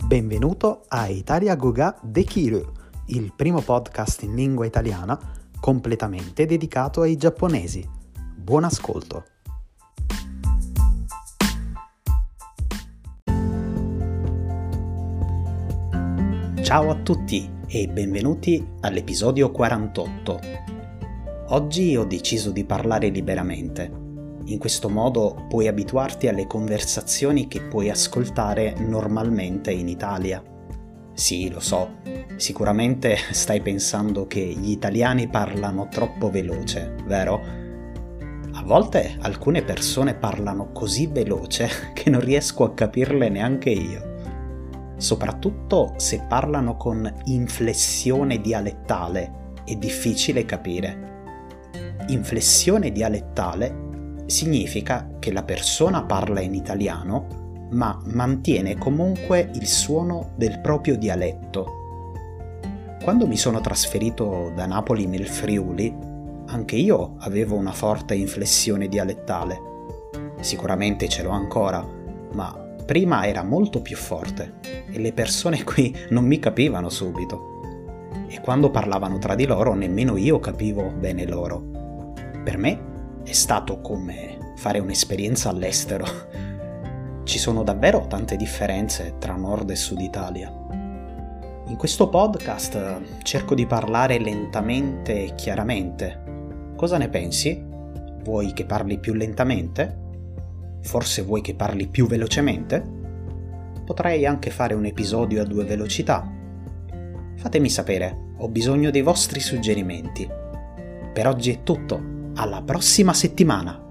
Benvenuto a Italia Goga Dekiru, il primo podcast in lingua italiana completamente dedicato ai giapponesi. Buon ascolto! Ciao a tutti e benvenuti all'episodio 48. Oggi ho deciso di parlare liberamente. In questo modo puoi abituarti alle conversazioni che puoi ascoltare normalmente in Italia. Sì, lo so, sicuramente stai pensando che gli italiani parlano troppo veloce, vero? A volte alcune persone parlano così veloce che non riesco a capirle neanche io. Soprattutto se parlano con inflessione dialettale, è difficile capire. Inflessione dialettale significa che la persona parla in italiano, ma mantiene comunque il suono del proprio dialetto. Quando mi sono trasferito da Napoli nel Friuli, anche io avevo una forte inflessione dialettale. Sicuramente ce l'ho ancora, ma prima era molto più forte e le persone qui non mi capivano subito. E quando parlavano tra di loro nemmeno io capivo bene loro. Per me è stato come fare un'esperienza all'estero. Ci sono davvero tante differenze tra Nord e Sud Italia. In questo podcast cerco di parlare lentamente e chiaramente. Cosa ne pensi? Vuoi che parli più lentamente? Forse vuoi che parli più velocemente? Potrei anche fare un episodio a 2 velocità. Fatemi sapere, ho bisogno dei vostri suggerimenti. Per oggi è tutto. Alla prossima settimana!